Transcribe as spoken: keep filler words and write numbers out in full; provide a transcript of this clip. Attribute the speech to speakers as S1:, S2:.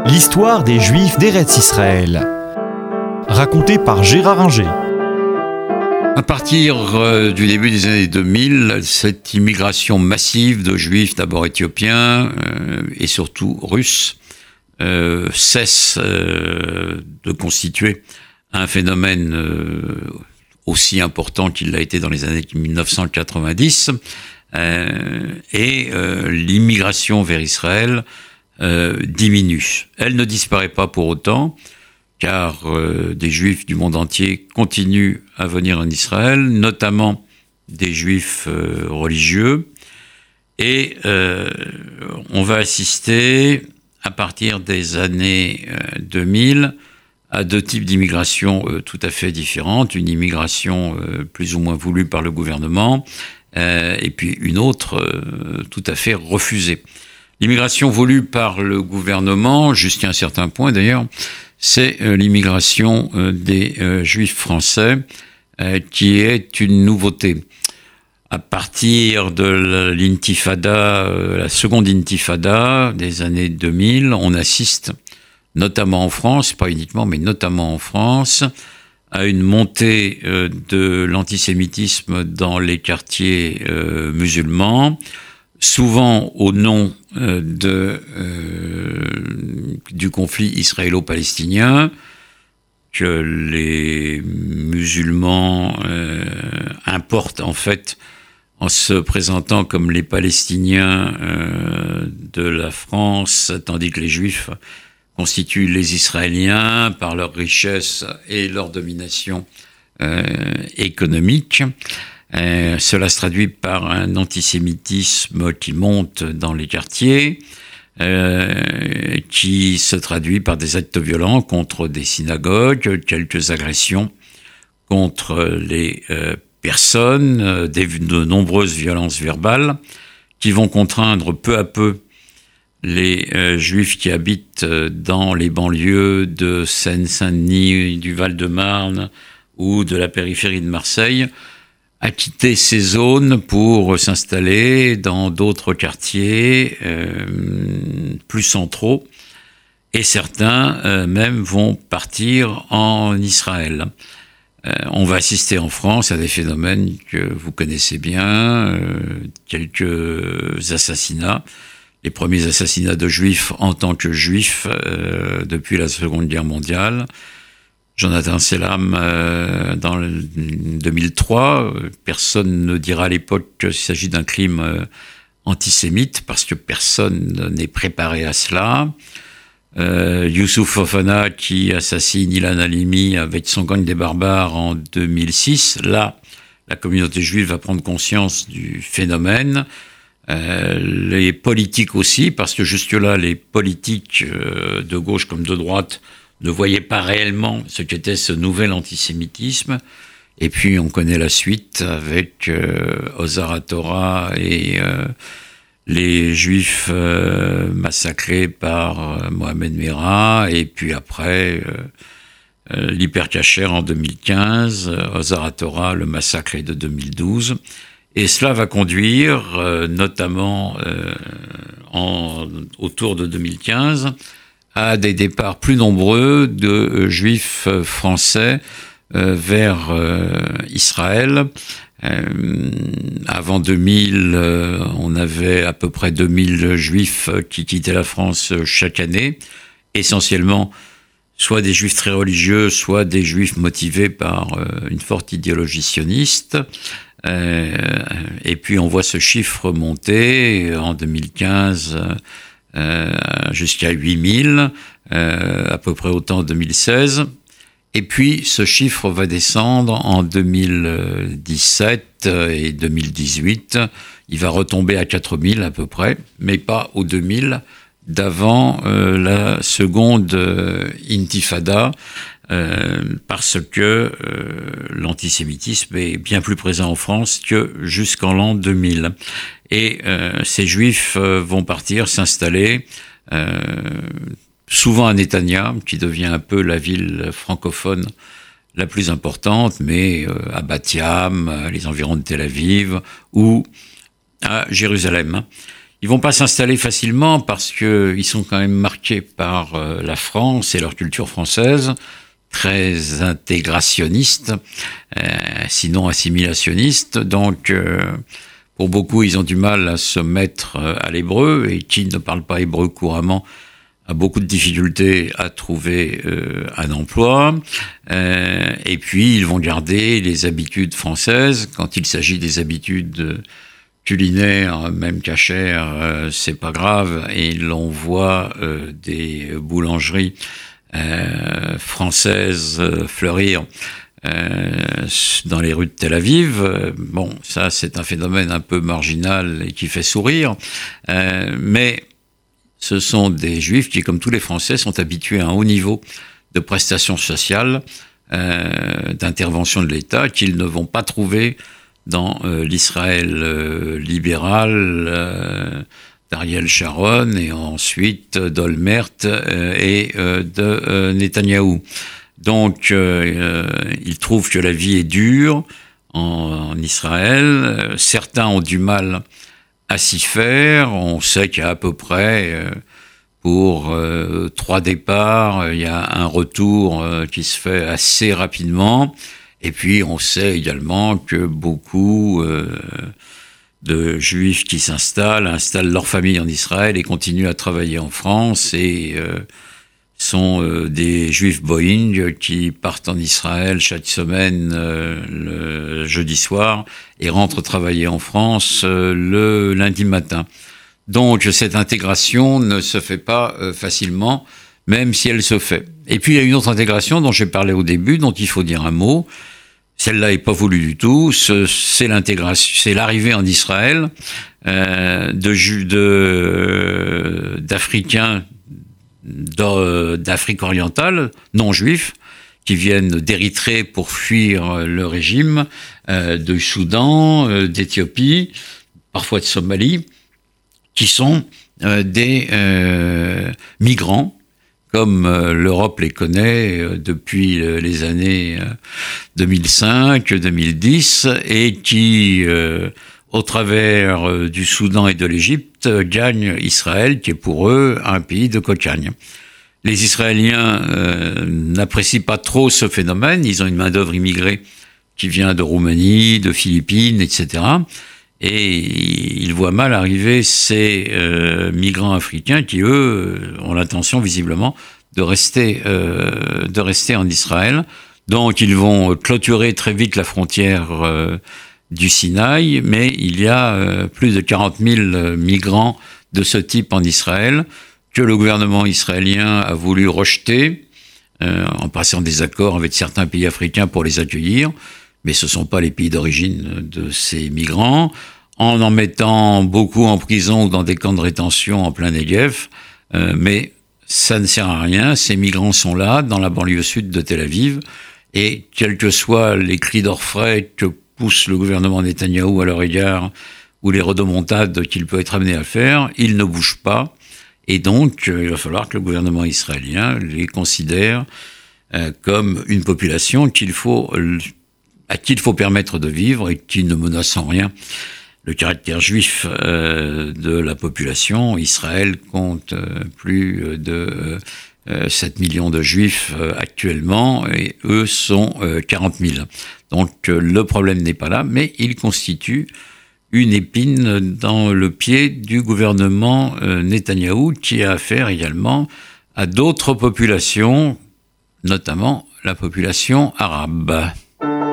S1: L'histoire des Juifs d'Eretz Israël, racontée par Gérard Inger.
S2: À partir euh, du début des années deux mille, cette immigration massive de Juifs, d'abord éthiopiens euh, et surtout russes, euh, cesse euh, de constituer un phénomène euh, aussi important qu'il l'a été dans les années dix-neuf cent quatre-vingt-dix, euh, et euh, l'immigration vers Israël euh, diminue. Elle ne disparaît pas pour autant, car euh, des Juifs du monde entier continuent à venir en Israël, notamment des Juifs euh, religieux, et euh, on va assister, à partir des années euh, deux mille, à deux types d'immigration euh, tout à fait différentes, une immigration euh, plus ou moins voulue par le gouvernement, euh, et puis une autre euh, tout à fait refusée. L'immigration voulue par le gouvernement, jusqu'à un certain point d'ailleurs, c'est euh, l'immigration euh, des euh, Juifs français, euh, qui est une nouveauté. À partir de l'intifada, euh, la seconde intifada des années deux mille, on assiste, notamment en France, pas uniquement, mais notamment en France, à une montée euh, de l'antisémitisme dans les quartiers euh, musulmans, souvent au nom euh, de, euh, du conflit israélo-palestinien, que les musulmans euh, importent en fait en se présentant comme les Palestiniens euh, de la France, tandis que les Juifs constituent les Israéliens par leur richesse et leur domination euh, économique. Euh, cela se traduit par un antisémitisme qui monte dans les quartiers, euh, qui se traduit par des actes violents contre des synagogues, quelques agressions contre les euh, personnes, euh, des, de nombreuses violences verbales, qui vont contraindre peu à peu les euh, Juifs qui habitent dans les banlieues de Seine-Saint-Denis, du Val-de-Marne ou de la périphérie de Marseille, à quitter ces zones pour s'installer dans d'autres quartiers euh, plus centraux, et certains euh, même vont partir en Israël. Euh, on va assister en France à des phénomènes que vous connaissez bien, euh, quelques assassinats, les premiers assassinats de Juifs en tant que Juifs euh, depuis la Seconde Guerre mondiale. Jonathan Selam, euh, dans le deux mille trois, personne ne dira à l'époque qu'il s'agit d'un crime euh, antisémite, parce que personne n'est préparé à cela. Euh, Youssouf Fofana, qui assassine Ilan Halimi avec son gang des barbares en deux mille six, là, la communauté juive va prendre conscience du phénomène. Euh, les politiques aussi, parce que jusque-là, les politiques euh, de gauche comme de droite ne voyaient pas réellement ce qu'était ce nouvel antisémitisme. Et puis on connaît la suite avec euh, Ozar HaTorah et euh, les Juifs euh, massacrés par euh, Mohamed Merah, et puis après euh, euh, l'hypercacher en deux mille quinze, Ozar HaTorah, le massacre de deux mille douze. Et cela va conduire, euh, notamment euh, en, autour de deux mille quinze, à des départs plus nombreux de euh, Juifs français euh, vers euh, Israël. Euh, avant deux mille, euh, on avait à peu près deux mille Juifs qui quittaient la France chaque année, essentiellement soit des Juifs très religieux, soit des Juifs motivés par euh, une forte idéologie sioniste. Euh, et puis on voit ce chiffre monter en deux mille quinze euh, jusqu'à huit mille, euh, à peu près autant en deux mille seize. Et puis ce chiffre va descendre en deux mille dix-sept et deux mille dix-huit. Il va retomber à quatre mille à peu près, mais pas aux deux mille d'avant euh, la seconde euh, intifada, euh, parce que euh, l'antisémitisme est bien plus présent en France que jusqu'en l'an deux mille. Et euh, ces Juifs euh, vont partir s'installer euh, souvent à Netanya, qui devient un peu la ville francophone la plus importante, mais euh, à Bat Yam, les environs de Tel Aviv, ou à Jérusalem. Ils vont pas s'installer facilement parce que ils sont quand même marqués par euh, la France et leur culture française, très intégrationniste, euh, sinon assimilationniste. Donc, euh, pour beaucoup, ils ont du mal à se mettre à l'hébreu, et qui ne parle pas hébreu couramment a beaucoup de difficultés à trouver euh, un emploi. Euh, et puis, ils vont garder les habitudes françaises. Quand il s'agit des habitudes culinaires, même cachères, euh, c'est pas grave. Et l'on voit euh, des boulangeries euh, françaises fleurir Euh, dans les rues de Tel Aviv. Euh, bon, ça, c'est un phénomène un peu marginal et qui fait sourire. Euh, mais ce sont des Juifs qui, comme tous les Français, sont habitués à un haut niveau de prestations sociales, euh, d'intervention de l'État, qu'ils ne vont pas trouver dans euh, l'Israël euh, libéral euh, d'Ariel Sharon et ensuite d'Olmert euh, et euh, de euh, Netanyahou. Donc, euh, ils trouvent que la vie est dure en, en Israël. Certains ont du mal à s'y faire. On sait qu'il y a à peu près, euh, pour euh, trois départs, il y a un retour euh, qui se fait assez rapidement. Et puis, on sait également que beaucoup euh, de Juifs qui s'installent, installent leur famille en Israël et continuent à travailler en France et euh, sont euh, des Juifs Boeing qui partent en Israël chaque semaine euh, le jeudi soir et rentrent travailler en France euh, le lundi matin. Donc cette intégration ne se fait pas euh, facilement, même si elle se fait. Et puis il y a une autre intégration dont j'ai parlé au début, dont il faut dire un mot. Celle-là n'est pas voulue du tout. Ce, c'est l'intégration, c'est l'arrivée en Israël euh, de, de d'Africains d'Afrique orientale, non juifs, qui viennent d'Érythrée pour fuir le régime, euh, de Soudan, euh, d'Éthiopie, parfois de Somalie, qui sont euh, des euh, migrants, comme euh, l'Europe les connaît euh, depuis euh, les années euh, deux mille cinq deux mille dix, et qui, euh, au travers euh, du Soudan et de l'Égypte, euh, gagnent Israël, qui est pour eux un pays de cocagne. Les Israéliens euh, n'apprécient pas trop ce phénomène. Ils ont une main-d'œuvre immigrée qui vient de Roumanie, de Philippines, et cetera. Et ils voient mal arriver ces euh, migrants africains qui, eux, ont l'intention visiblement de rester, euh, de rester en Israël. Donc ils vont clôturer très vite la frontière euh, du Sinaï, mais il y a euh, plus de quarante mille migrants de ce type en Israël que le gouvernement israélien a voulu rejeter euh, en passant des accords avec certains pays africains pour les accueillir, mais ce ne sont pas les pays d'origine de ces migrants, en en mettant beaucoup en prison ou dans des camps de rétention en plein Negev, euh, mais ça ne sert à rien. Ces migrants sont là, dans la banlieue sud de Tel Aviv, et quels que soient les cris d'orfraie que pousse le gouvernement Netanyahou à leur égard, ou les rodomontades qu'il peut être amené à faire, ils ne bougent pas. Et donc, il va falloir que le gouvernement israélien les considère euh, comme une population qu'il faut, à qui il faut permettre de vivre et qui ne menace en rien le caractère juif euh, de la population. Israël compte euh, plus de euh, sept millions de juifs euh, actuellement, et eux sont euh, quarante mille. Donc euh, le problème n'est pas là, mais il constitue une épine dans le pied du gouvernement euh, Netanyahou, qui a affaire également à d'autres populations, notamment la population arabe.